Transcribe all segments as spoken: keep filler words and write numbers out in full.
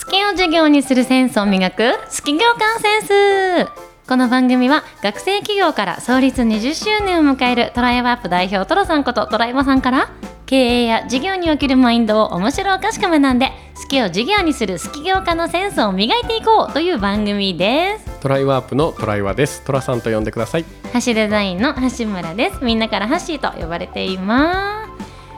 好きを授業にするセンスを磨く好き業界センス。この番組は学生企業から創立にじゅっしゅうねんを迎えるトライワープ代表トラさんことトライバさんから経営や事業におけるマインドを面白おかしく学んで好きを授業にする好き業界のセンスを磨いていこうという番組です。 トライワープのトライワです。トラさんと呼んでください。 ハッシュデザインの橋村です。みんなからハッシーと呼ばれています。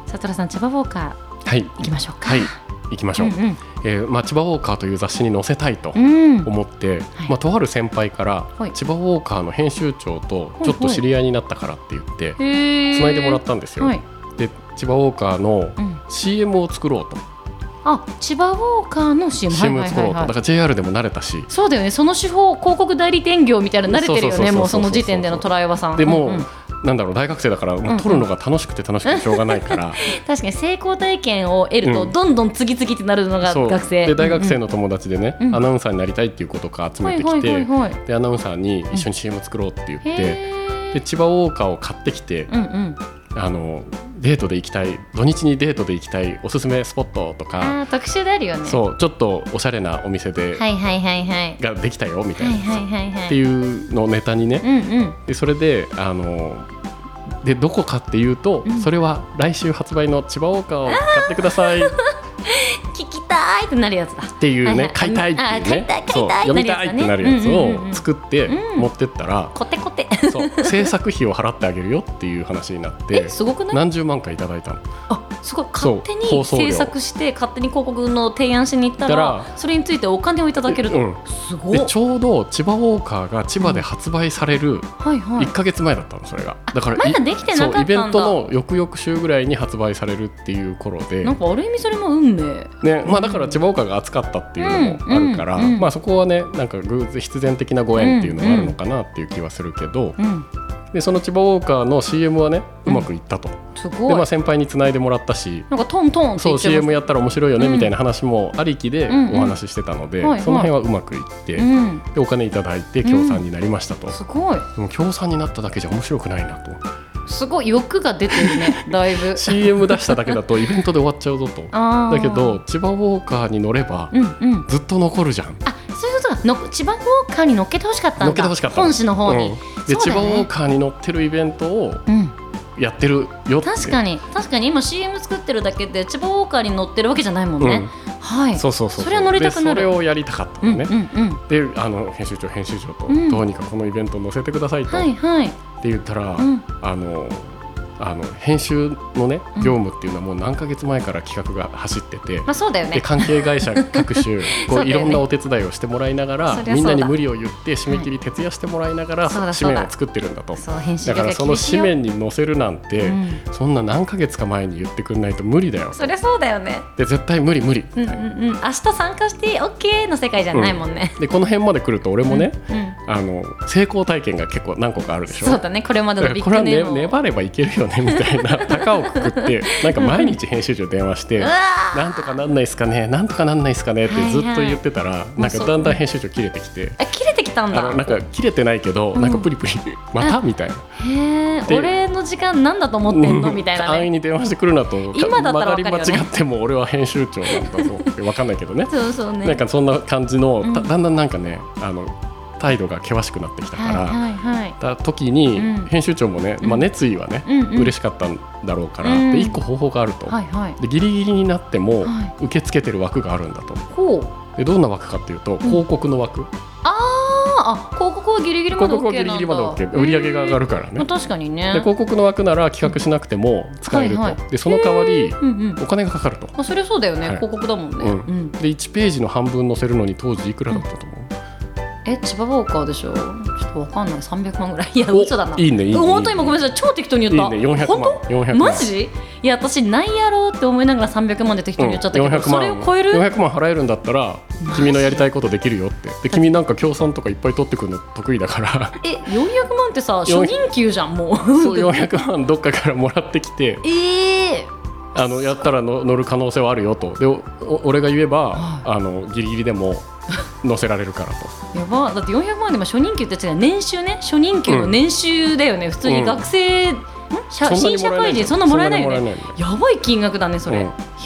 さあトラさん、千葉ウォーカー、はい、行きましょうか。 はい、行きましょう、うんうんえーまあ、千葉ウォーカーという雑誌に載せたいと思って、うんはいまあ、とある先輩から、はい、千葉ウォーカーの編集長とちょっと知り合いになったからって言ってつないでもらったんですよ、はい、で千葉ウォーカーの シーエム を作ろうと、うん、 あ千葉ウォーカーの シーエム, シーエム 作ろうと、だから ジェイアール でも慣れたし、そうだよね、その手法広告代理店業みたいな慣れてるよね、もうその時点でのトライワさんでも、うんうんなんだろう大学生だからもう撮るのが楽しくて楽しくてしょうがないから、うんうん、 確かに成功体験を得るとどんどん次々ってなるのが学生、 うん、で大学生の友達でね、うんうん、アナウンサーになりたいっていう子とか集めてきて、はいはいはいはい、でアナウンサーに一緒に シーエム 作ろうって言って、うん、で千葉ウォーカーを買ってきて、うんうん、あのデートで行きたい土日にデートで行きたいおすすめスポットとかあ特集であるよね。 そうちょっとおしゃれなお店で、はいはいはいはい、ができたよみたいな、はいはいはいはい、っていうのをネタにね、うんうん、でそれであのでどこかっていうと、うん、それは来週発売の千葉ウォーカーを買ってください聞きたいってなるやつだっていうね、はいはい、買いたいっていうね、そう読みたいってなるやつを作って持ってったら、 コテコテそう制作費を払ってあげるよっていう話になってえすごくない？ 何十万かいただいたの。 あすごい、勝手に制作して勝手に広告の提案しに行ったらそれについてお金をいただけると、うん、すごい。 でちょうど千葉ウォーカーが千葉で発売されるいっかげつまえだったの、それが。だからまだできてなかったんだ。 そうイベントの翌々週ぐらいに発売されるっていう頃で、 なんかある意味それも運命、 ねまあ、だから千葉ウォーカーが熱かったっていうのもあるから、うんうんうんまあ、そこはねなんか偶然必然的なご縁っていうのがあるのかなっていう気はするけど、うんうんでその千葉ウォーカーの シーエム はねうまくいったと、うん、すごいで、まあ、先輩につないでもらったしなんかトントンって言ってそう シーエム やったら面白いよねみたいな話もありきでお話ししてたので、うんうん、その辺はうまくいって、はいはい、でお金いただいて協賛になりましたと、うん、 すごい。 でも協賛になっただけじゃ面白くないなと、 すごい欲が出てるねだいぶシーエム 出しただけだとイベントで終わっちゃうぞとだけど千葉ウォーカーに乗ればずっと残るじゃん、うんうん、あそういうことかの千葉ウォーカーに乗っけてほしかったんだ。乗っけてほしかった本誌の方に、うんで、ね、千葉ウォーカーに乗ってるイベントをやってるよって、 うん、確かに確かに今 シーエム 作ってるだけで千葉ウォーカーに乗ってるわけじゃないもんね、うん、はいそうそうそう、それは乗りたくなる。 でそれをやりたかったのね、うんうんうん、であの編集長編集長と、うん、どうにかこのイベントを載せてくださいと、はいはい、って言ったら、うん、あのあの編集のね業務っていうのはもう何ヶ月前から企画が走ってて、 まあそうだよね、 で関係会社各種こういろんなお手伝いをしてもらいながらみんなに無理を言って締め切り徹夜してもらいながら紙面を作ってるんだと。だからその紙面に載せるなんて、うん、そんな何ヶ月か前に言ってくれないと無理だよ。 そりゃそうだよね。 で絶対無理無理、 うんうんうん、明日参加して OK の世界じゃないもんね、 うん、でこの辺まで来ると俺もね、うんうん、あの成功体験が結構何個かあるでしょ。 そうだね、これまでのビッグネームをこれは、ね、粘ればいけるよねみたいな高をくくってなんか毎日編集長電話してなんとかなんないっすかねなんとかなんないっすかねってずっと言ってたら、はいはい、なんかだんだん編集長切れてきて、 え切れてきたんだ。 あのなんか切れてないけど、うん、なんかプリプリまたみたいな、 へー俺の時間なんだと思ってんの、うん、みたいなね。 安易に電話してくるなと今だったら分かるよね。 曲がり間違っても俺は編集長なんだぞって分かんないけどねそうそうね、 なんかそんな感じの、うん、だ, だんだんなんかねあの態度が険しくなってきたから、はいはいはい、だ時に、うん、編集長もね、まあ、熱意はね、うんうん、嬉しかったんだろうから、うん、でいっこ方法があると、はいはい、でギリギリになっても、はい、受け付けてる枠があるんだと、はい、でどんな枠かっていうと、うん、広告の枠、 ああ広告はギリギリまで OK なんだ。広告はギリギリまで OK、 売り上げが上がるからね、まあ、確かにね。で広告の枠なら企画しなくても使えると、はいはい、でその代わり、うんうん、お金がかかると、 まあ、それそうだよね、はい、広告だもんね、うんうん、でいちページの半分載せるのに当時いくらだったと思う、うんえ千葉ウォーカーでしょ、ちょっとわかんない、さんびゃくまんぐらい。いや嘘だな。 いいねいいね、 本当今ごめんなさい超適当に言った。 いいねよんひゃくまん。 本当よんひゃくまんマジ？いや私なんやろうって思いながらさんびゃくまんで適当に言っちゃったけど、うん、それを超えるよんひゃくまん払えるんだったら君のやりたいことできるよって。で君なんか協賛とかいっぱい取ってくるの得意だからえよんひゃくまんってさ初任給じゃんもうそうよんひゃくまんどっかからもらってきてえーあのやったらの乗る可能性はあるよと。でお俺が言えば、はい、あのギリギリでも乗せられるからとやばだってよんひゃくまんでも初任給って違う年収ね初任給の年収だよね、うん、普通に学生、うん、新社会人そんなもらえないよね。やばい金額だねそれ、うん、やば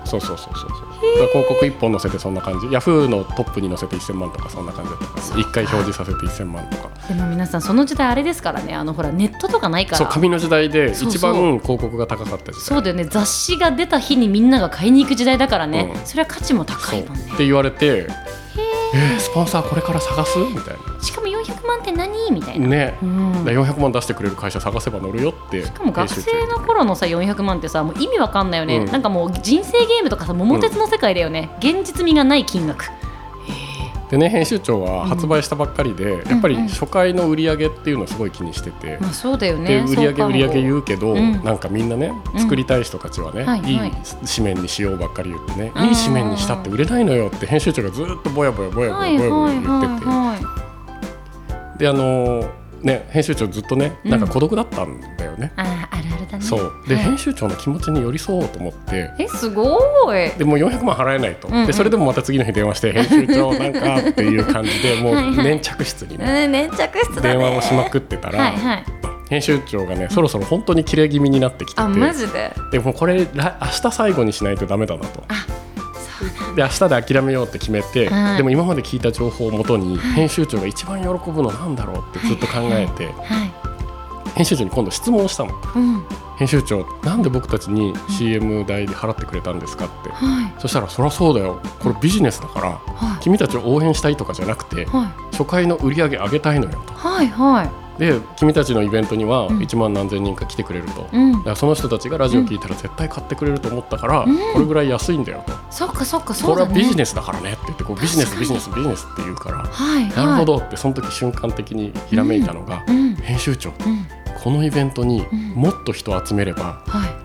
そうそうそうそうそう広告いっぽん載せてそんな感じ。ヤフーのトップに載せていっせんまんとかそんな感じだったからいっかい表示させていっせんまんとか。 でも皆さんその時代あれですからね、あのほらネットとかないから。 そう紙の時代で一番広告が高かった時代。 そうだよね、雑誌が出た日にみんなが買いに行く時代だからね、うん、それは価値も高いもんねって言われて、えー、スポンサーこれから探すみたいな。 しかもよんひゃくまんって何みたいなね、うん、よんひゃくまん出してくれる会社探せば乗るよって。 しかも学生の頃のさよんひゃくまんってさもう意味わかんないよね、うん、なんかもう人生ゲームとかさ桃鉄の世界だよね、うん、現実味がない金額でね、編集長は発売したばっかりで、うん、やっぱり初回の売り上げっていうのをすごい気にしてて、 まあ、そうだよね。 で売り上げ売り上げ言うけど、うん、なんかみんなね作りたい人たちはね、うんはいはい、いい紙面にしようばっかり言ってね、いい紙面にしたって売れないのよって編集長がずっとぼやぼやぼやぼやぼやぼや言ってて、はいはいはいはい、であのーね、編集長ずっとねなんか孤独だったんだよね、 うん、あ, あるあるだね。 そうで、はい、編集長の気持ちに寄り添おうと思ってえすごいでもうよんひゃくまん払えないと、うんうん、でそれでもまた次の日電話して編集長なんかっていう感じでもう粘着質にね、 はいはい、粘着質だね電話をしまくってたら、はいはい、編集長がねそろそろ本当に切れ気味になってきてて、 あマジででもこれ明日最後にしないとダメだなと。あで明日で諦めようって決めて、はい、でも今まで聞いた情報をもとに、はい、編集長が一番喜ぶのなんだろうってずっと考えて、はいはい、編集長に今度質問をしたの、うん、編集長なんで僕たちに シーエム 代で払ってくれたんですかって、はい、そしたらそりゃそうだよこれビジネスだから、はい、君たちを応援したいとかじゃなくて、はい、初回の売り上げ上げたいのよと、はいはいで君たちのイベントにはいちまん何千人か来てくれると、うん、だからその人たちがラジオ聞いたら絶対買ってくれると思ったから、うん、これぐらい安いんだよと、 そっかそっかそうだね、 これはビジネスだからねって言ってこうビジネスビジネスビジネスって言うから、はいはい、なるほどってその時瞬間的にひらめいたのが、うん、編集長、うん、このイベントにもっと人集めれば、うんはい、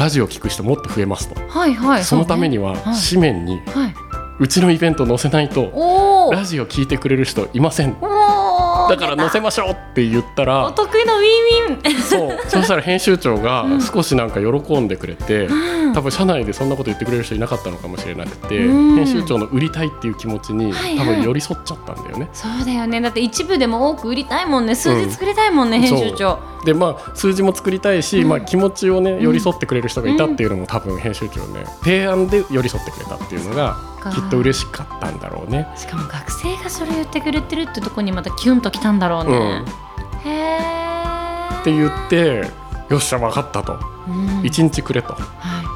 ラジオ聞く人もっと増えますと、はいはい、そのためには紙面に、はい、うちのイベント載せないとラジオ聞いてくれる人いません、だから載せましょうって言ったらお得意のウィンウィンそうそしたら編集長が少しなんか喜んでくれて、うん、多分社内でそんなこと言ってくれる人いなかったのかもしれなくて、うん、編集長の売りたいっていう気持ちに、はいはい、多分寄り添っちゃったんだよね。 そうだよね、だって一部でも多く売りたいもんね、数字作りたいもんね、うん、編集長で、まあ、数字も作りたいし、うんまあ、気持ちをね寄り添ってくれる人がいたっていうのも多分編集長ね提案で寄り添ってくれたっていうのがきっと嬉しかったんだろうね。しかも学生がそれ言ってくれてるってとこにまたキュンときたんだろうね、うん、へーって言ってよっしゃ分かったと、うん、いちにちくれと、はい、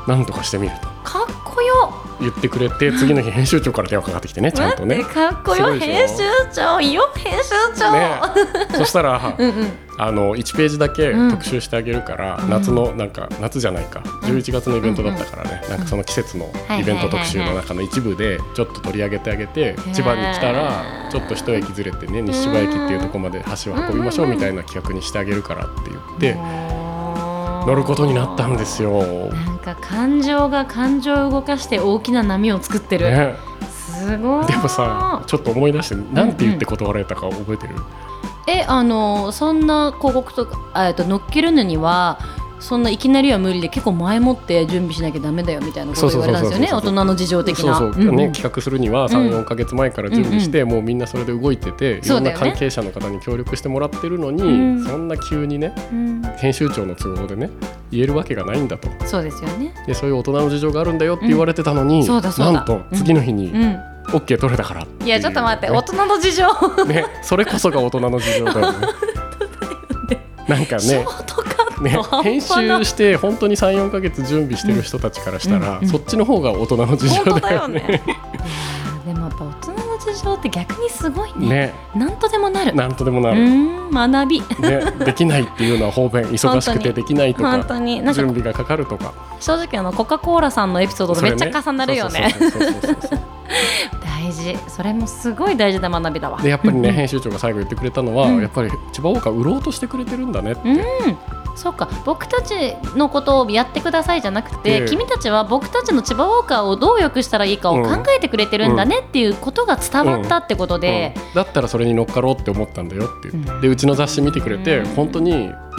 なんとかしてみるとかっこよ言ってくれて、次の日編集長から電話かかってきてね、ちゃんとねかっこよ編集長よ編集長、ね、 そしたらうん、うん、あのいちページだけ特集してあげるから、うん、夏のなんか夏じゃないかじゅういちがつのイベントだったからね、うん、なんかその季節のイベント特集の中の一部でちょっと取り上げてあげて、千葉に来たらちょっと一駅ずれてね西千葉駅っていうところまで橋を運びましょうみたいな企画にしてあげるからって言って乗ることになったんですよ。 なんか感情が感情を動かして大きな波を作ってる、ね、すごい。 でもさちょっと思い出してなんて言って断られたか覚えてる？うんうん、 えあのそんな広告とかえと乗っけるのにはそんないきなりは無理で結構前もって準備しなきゃダメだよみたいなことを言われたんですよね、大人の事情的な。 そうそう、うんうんね、企画するには さん,よん ヶ月前から準備して、うんうん、もうみんなそれで動いてて、いろんな関係者の方に協力してもらってるのに、うん、そんな急にね、うん、編集長の都合でね言えるわけがないんだと。 そうですよね。 でそういう大人の事情があるんだよって言われてたのに、うん、そうだそうだなんと次の日に、うんうんOK 取れたからいやちょっと待って、ね、大人の事情ね、それこそが大人の事情だよねなんかねね、編集して本当に さん,よん ヶ月準備してる人たちからしたら、うんうんうん、そっちの方が大人の事情だよね。本当だよねでもやっぱ大人の事情って逆にすごい ね, ねなんとでもなるなんとでもなるうん学び、 ね、できないっていうのは方便忙しくてできないとか本当になんか準備がかかるとか正直あのコカ・コーラさんのエピソードとめっちゃ重なるよね。大事、それもすごい大事な学びだわ。 でやっぱりね編集長が最後言ってくれたのは、うん、やっぱり千葉ウォーカー売ろうとしてくれてるんだねって、うんそうか僕たちのことをやってくださいじゃなくて、えー、君たちは僕たちの千葉ウォーカーをどう良くしたらいいかを考えてくれてるんだねっていうことが伝わったってことで、 うんうんうん、だったらそれに乗っかろうって思ったんだよって、うん、でうちの雑誌見てくれて、うん、本当に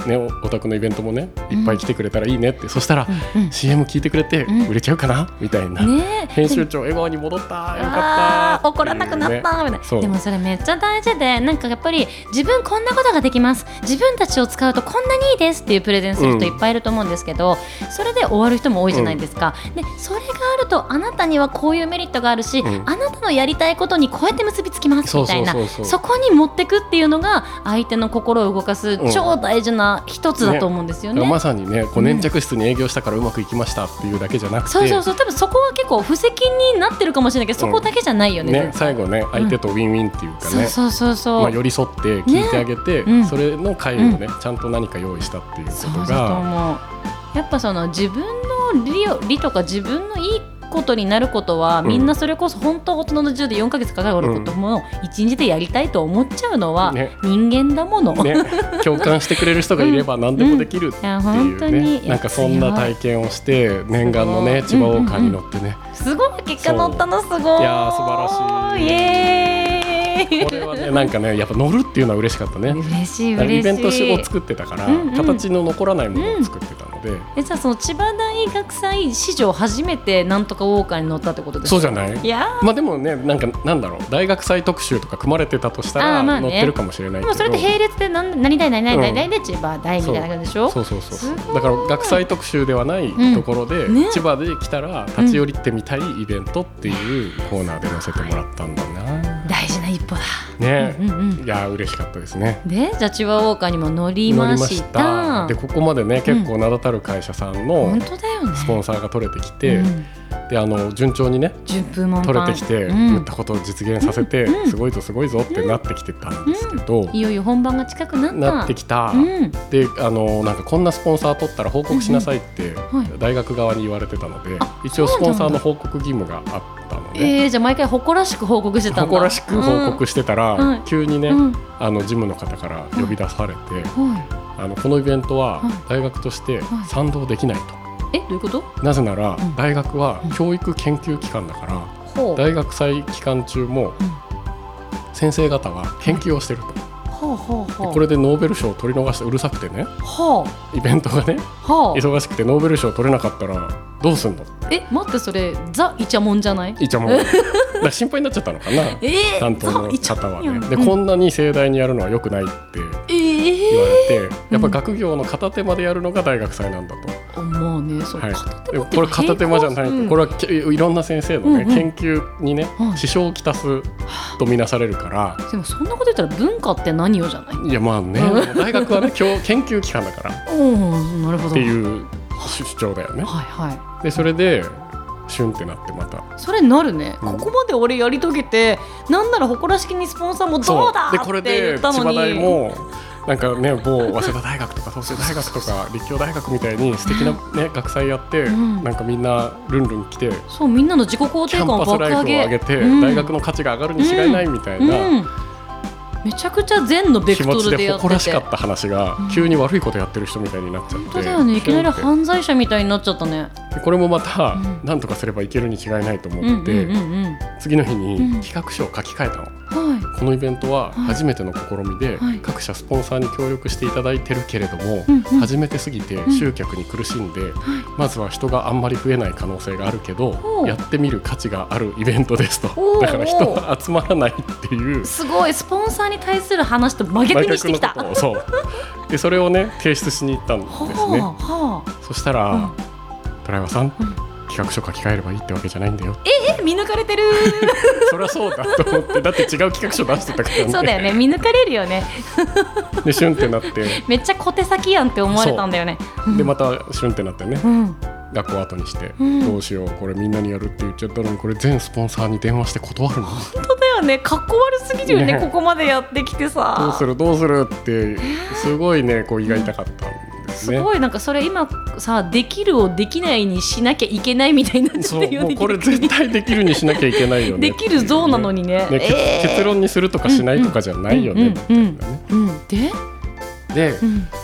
ね、お宅のイベントもねいっぱい来てくれたらいいねって、うん、そしたら、うんうん、シーエム 聞いてくれて売れちゃうかな、うん、みたいな、ね、編集長笑顔に戻った、よかった、 怒らなくなった、ね、みたいな。でもそれめっちゃ大事で、なんかやっぱり自分こんなことができます、自分たちを使うとこんなにいいですっていうプレゼンする人いっぱいいると思うんですけど、うん、それで終わる人も多いじゃないですか、うん、でそれがあるとあなたにはこういうメリットがあるし、うん、あなたのやりたいことにこうやって結びつきますみたいな、そこに持ってくっていうのが相手の心を動かす超大事な一つだと思うんですよね、 ね、まさにね、こう粘着質に営業したからうまくいきましたっていうだけじゃなくて、 そうそうそう、多分そこは結構布石になってるかもしれないけど、そこだけじゃないよね、 うん、ね、最後ね相手とウィンウィンっていうかね、 そうそうそう、 まあ、寄り添って聞いてあげて、ね、うん、それの会をね、うん、ちゃんと何か用意したっていうことが、そうだと思う。 やっぱその自分の 利, を利とか自分のいいことになることは、みんなそれこそ本当大人のじゅうでよんかげつかかることもいちにちでやりたいと思っちゃうのは人間だもの、 ねね、共感してくれる人がいれば何でもできるっていうね、うんうん、なんかそんな体験をして念願のね千葉ウォーカーに乗ってね、うんうんうん、 すごい結果乗ったのすごい、いや素晴らしい、 イエーイこれはね、なんかねやっぱ乗るっていうのは嬉しかったね。 嬉しい嬉しい。 イベントを作ってたから、うんうん、形の残らないものを作ってたので、うん、 えじゃあその千葉大学祭史上初めてなんとかウォーカーに乗ったってことですか？ そうじゃない？いやまあでもね、なんかなんだろう、大学祭特集とか組まれてたとしたら、まあね、乗ってるかもしれないけど、でもそれって並列で何何々何々何々で千葉大みたいな感じでしょ？ そうそうそうそう。だから学祭特集ではないところで、うんね、千葉で来たら立ち寄りってみたいイベントっていうコーナーで載せてもらったんだな。 大事な一歩だね、うんうんうん、いや嬉しかったですね。 でじゃあ千葉ウォーカーにも乗りました。 乗りました。でここまでね結構名だたる会社さんのスポンサーが取れてきて、うん、であの順調にね順風満帆取れてきて、うん、言ったことを実現させて、うん、すごいぞすごいぞってなってきてたんですけど、うんうん、 いよいよ本番が近くなったなってきた、うん、であのなんかこんなスポンサー取ったら報告しなさいって大学側に言われてたので、うんはい、一応スポンサーの報告義務があったので、 えー、じゃあ毎回誇らしく報告してたんだ。 誇らしく報告してたら、うん、急にね、うん、あの事務の方から呼び出されて、うん、あのこのイベントは大学として賛同できないと、 えどういうこと？なぜなら、うん、大学は教育研究機関だから、うん、大学祭期間中も先生方は研究をしてると、うん、これでノーベル賞を取り逃してうるさくてね、イベントがね忙しくてノーベル賞取れなかったらどうすんの？ え待ってそれザイチャモンじゃない？ イチャモンだ心配になっちゃったのかな、えー、担当の方はね。で、うん、こんなに盛大にやるのは良くないって言われて、えー、やっぱ学業の片手までやるのが大学祭なんだと、 うん、まあねそれ片手間って、 これ片手間じゃない、うん、これはいろんな先生の、ねうんうん、研究にね、うん、支障をきたすとみなされるから、 でもそんなこと言ったら文化って何よじゃない？ いやまあね大学はね研究機関だからなるほどっていう主張だよね、 はいはい、 でそれでシュンってなってまたそれなるね、うん、ここまで俺やり遂げてなんなら誇らしきにスポンサーもどうだって言ったのに、でこれで千葉大もなんかね某早稲田大学とか東星大学とか立教大学みたいに素敵な、ね、学祭やって、うん、なんかみんなルンルン来て、 そうみんなの自己肯定感を爆上げ、 キャンパスライフを上げて、うん、大学の価値が上がるに違いないみたいな、うんうん、 めちゃくちゃ善のベクトルでやってて気持ちで誇らしかった話が急に悪いことやってる人みたいになっちゃって、うん、 本当だよね、いきなり犯罪者みたいになっちゃったね。 これもまた何とかすればいけるに違いないと思って、うんうんうんうん、次の日に企画書を書き換えたの、うん、このイベントは初めての試みで、はい、各社スポンサーに協力していただいてるけれども、はい、初めてすぎて集客に苦しんで、うん、まずは人があんまり増えない可能性があるけど、うん、やってみる価値があるイベントですと、だから人は集まらないっていう、 すごいスポンサーに対する話と真逆にしてきた。 そうでそれをね提出しに行ったんですね、はあはあ、そしたら、うん、トライバさん、うん、企画書書き換えればいいってわけじゃないんだよ。 えー、見抜かれてるそりゃそうだと思って、だって違う企画書出してたからね。 そうだよね、見抜かれるよねでシュンってなってめっちゃ小手先やんって思われたんだよね。 でまたシュンってなってね、うん、学校後にして、うん、どうしようこれみんなにやるって言っちゃったのにこれ全スポンサーに電話して断るの。 本当だよね、かっこ悪すぎるよ ね, ねここまでやってきてさ、 どうするどうするってすごいねこう胃が痛かったんですね。 すごいなんかそれ今さできるをできないにしなきゃいけないみたいになっちゃってるよね。 そうもうこれ絶対できるにしなきゃいけないよねできるぞなのに ね, ね、 えー、結論にするとかしないとかじゃないよねみたいなね。 でで、うん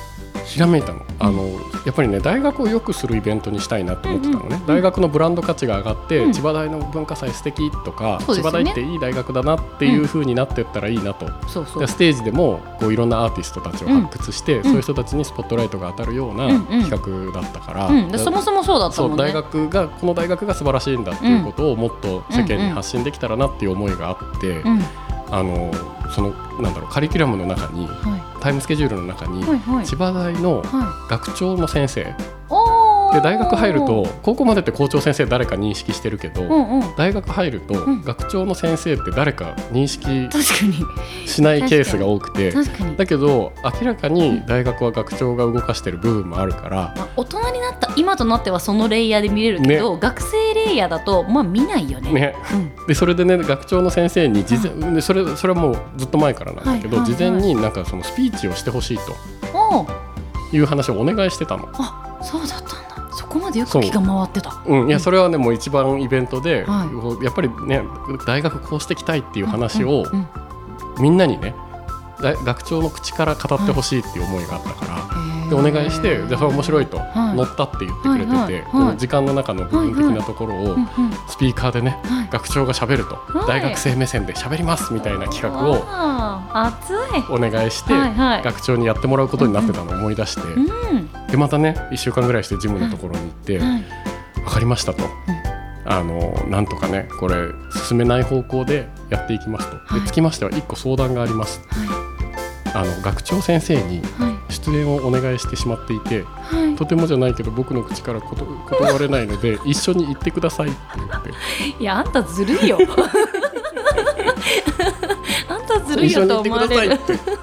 ひらめいたの、あのやっぱりね大学を良くするイベントにしたいなと思ってたのね、うんうん、大学のブランド価値が上がって、うん、千葉大の文化祭素敵とか、ね、千葉大っていい大学だなっていう風になっていったらいいなと、うん、そうそう、ステージでもこういろんなアーティストたちを発掘して、うん、そういう人たちにスポットライトが当たるような企画だったから、うんうん、 でそもそもそうだったもんね。 そう、大学がこの大学が素晴らしいんだっていうことをもっと世間に発信できたらなっていう思いがあって、うんうん、あのそのなんだろうカリキュラムの中に、はい、タイムスケジュールの中に、はいはい、千葉大の学長の先生、はい、で大学入ると高校までって校長先生誰か認識してるけど、うんうん、大学入ると、うん、学長の先生って誰か認識しないケースが多くて、だけど明らかに大学は学長が動かしてる部分もあるから、 まあ、大人になった今となってはそのレイヤーで見れるけど、ね、学生レイヤーだとまあ見ないよね。ね、うん、でそれでね学長の先生に事前、うん、でそれそれはもうずっと前からなんだけど、はいはいはい、事前になんかそのスピーチをしてほしいという話をお願いしてたの。 あ、そうだったんだ。そこまでよく気が回ってた。 う、うん、いやそれはねもう一番イベントで、はい、やっぱりね大学こうしていきたいっていう話を、うんうんうん、みんなにね学長の口から語ってほしいっていう思いがあったから、はい、でお願いしてじゃあそれ面白いと、はい、乗ったって言ってくれてて、はいはいはい、この時間の中の部分的なところをスピーカーでね、はい、学長が喋ると、はい、大学生目線で喋りますみたいな企画をお願いして、はいはい、学長にやってもらうことになってたのを思い出して、うんうん、でまたねいっしゅうかんぐらいしてジムのところに行って、はい、分かりましたと、うん、あのなんとかねこれ進めない方向でやっていきますと、はい、でつきましてはいっこ相談があります、はい、あの学長先生に出演をお願いしてしまっていて、はい、とてもじゃないけど僕の口からこと断れないので一緒に行ってくださいって言っていやあんたずるいよあんたずるいよと思われる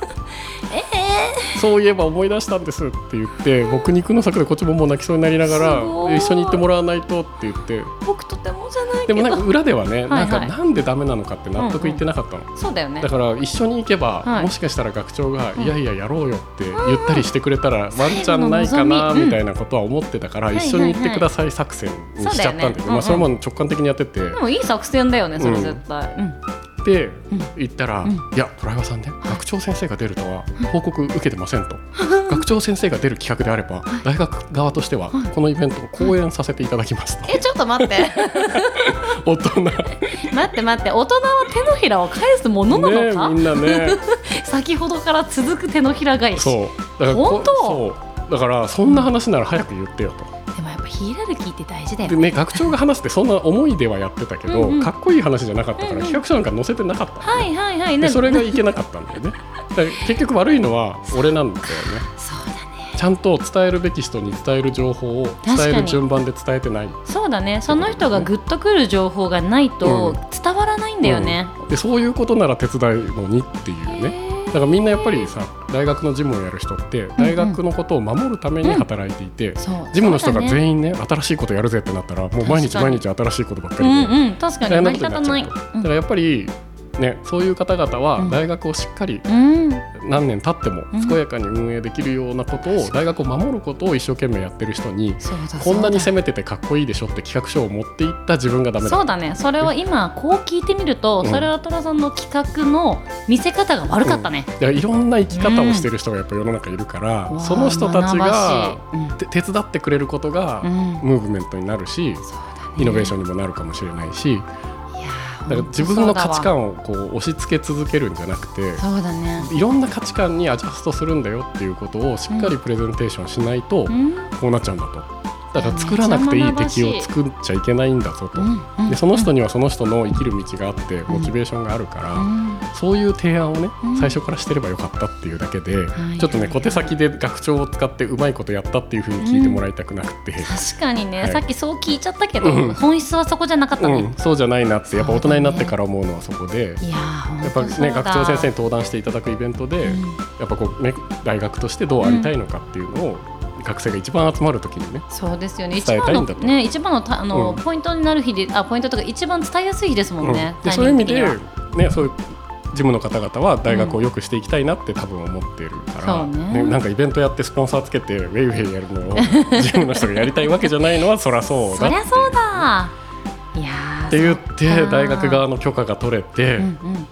えー、そういえば思い出したんですって言って僕肉の策でこっちももう泣きそうになりながら一緒に行ってもらわないとって言って僕とてもじゃないけどでもなんか裏ではね、はいはい、なんかなんでダメなのかって納得いってなかったの、うんうん、 そうだよね。 だから一緒に行けば、はい、もしかしたら学長が、うん、いやいややろうよって言ったりしてくれたら、うん、ワンチャンないかなみたいなことは思ってたから、うん、一緒に行ってください作戦にしちゃったんだけど、ね、まあ、それも直感的にやってて、 でもいい作戦だよねそれ絶対、うんうんで言ったら、うん、いやトライバーさんね、はい、学長先生が出るとは報告受けてませんと学長先生が出る企画であれば大学側としてはこのイベントを講演させていただきますと。 えちょっと待って大人待って待って大人は手のひらを返すものなのか、 ね、みんなね先ほどから続く手のひら返し。 そうだから本当そうだからそんな話なら早く言ってよと、 うん、でもやっぱヒエラルキーって大事だよね, でね学長が話してそんな思いではやってたけど、うんうん、かっこいい話じゃなかったから、うんうん、企画書なんか載せてなかった、ね、 はいはいはい、 でそれがいけなかったんだよねだから結局悪いのは俺なんだよね。 そうだね、 ちゃんと伝えるべき人に伝える情報を伝える順番で伝えてない。 そうだね、その人がグッとくる情報がないと伝わらないんだよね、 うんうん、でそういうことなら手伝うのにっていうね。だからみんなやっぱりさ大学の事務をやる人って大学のことを守るために働いていて、うんうん、事務の人が全員ね新しいことやるぜってなったらもう毎日毎日新しいことばっかりで、 うんうん、確かに成り立たない。だからやっぱりね、そういう方々は大学をしっかり何年経っても健やかに運営できるようなことを、大学を守ることを一生懸命やってる人にこんなに攻めててかっこいいでしょって企画書を持っていった自分がダメだ。 そうだね、それを今こう聞いてみると、うん、それはトラさんの企画の見せ方が悪かったね、 うん、いやいろんな生き方をしてる人がやっぱ世の中いるから、うん、その人たちが、うん、手伝ってくれることがムーブメントになるし、うん、イノベーションにもなるかもしれないし、だから自分の価値観をこう押し付け続けるんじゃなくて、 そうだね、 いろんな価値観にアジャストするんだよっていうことをしっかりプレゼンテーションしないとこうなっちゃうんだと。だから作らなくていい敵を作っちゃいけないんだぞと、うんうん、でその人にはその人の生きる道があってモチベーションがあるから、うん、そういう提案をね、うん、最初からしてればよかったっていうだけで、うん、ちょっとね小手先で学長を使ってうまいことやったっていう風に聞いてもらいたくなくて、うん、 確かにね、はい、さっきそう聞いちゃったけど、うん、本質はそこじゃなかったね、 うん、そうじゃないなってやっぱ大人になってから思うのはそこで、いややっぱね学長先生に登壇していただくイベントで、うん、やっぱこう、ね、大学としてどうありたいのかっていうのを、うん学生が一番集まるときにね、 そうですよね、伝えたいんだと、一番の、ね、一番の、たあの、うん、ポイントになる日で、あポイントとか一番伝えやすい日ですもんね、 うん、でそういう意味で、ね、そういう事務の方々は大学を良くしていきたいなって多分思ってるから、うんねね、なんかイベントやってスポンサーつけてウェイウェイやるのを事務の人がやりたいわけじゃないのはそりゃそうだってそりゃそうだ、いやって言って大学側の許可が取れて、うんうん、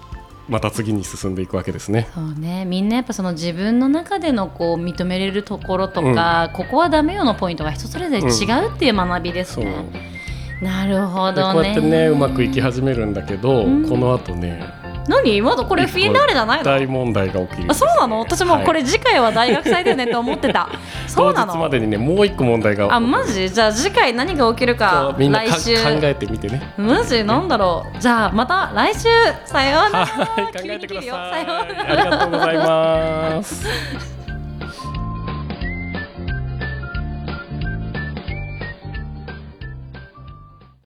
また次に進んでいくわけですね。 そうね、みんなやっぱその自分の中でのこう認めれるところとか、うん、ここはダメよのポイントが人それぞれ違うっていう学びですね、うん、なるほどね。 こうやってねうまくいき始めるんだけど、うん、この後ね何まだこれフィナーレじゃないの？ 大問題が起きる、ね、 あ、そうなの？私もこれ次回は大学祭だよねと思ってたそうなの？ 当日までにねもう一個問題が起きる。 あ、マジ？じゃあ次回何が起きるかみんな来週考えてみてね。 マジ？なんだろう。じゃあまた来週さようなら。 はい、考えてください。 さようなら。 ありがとうございます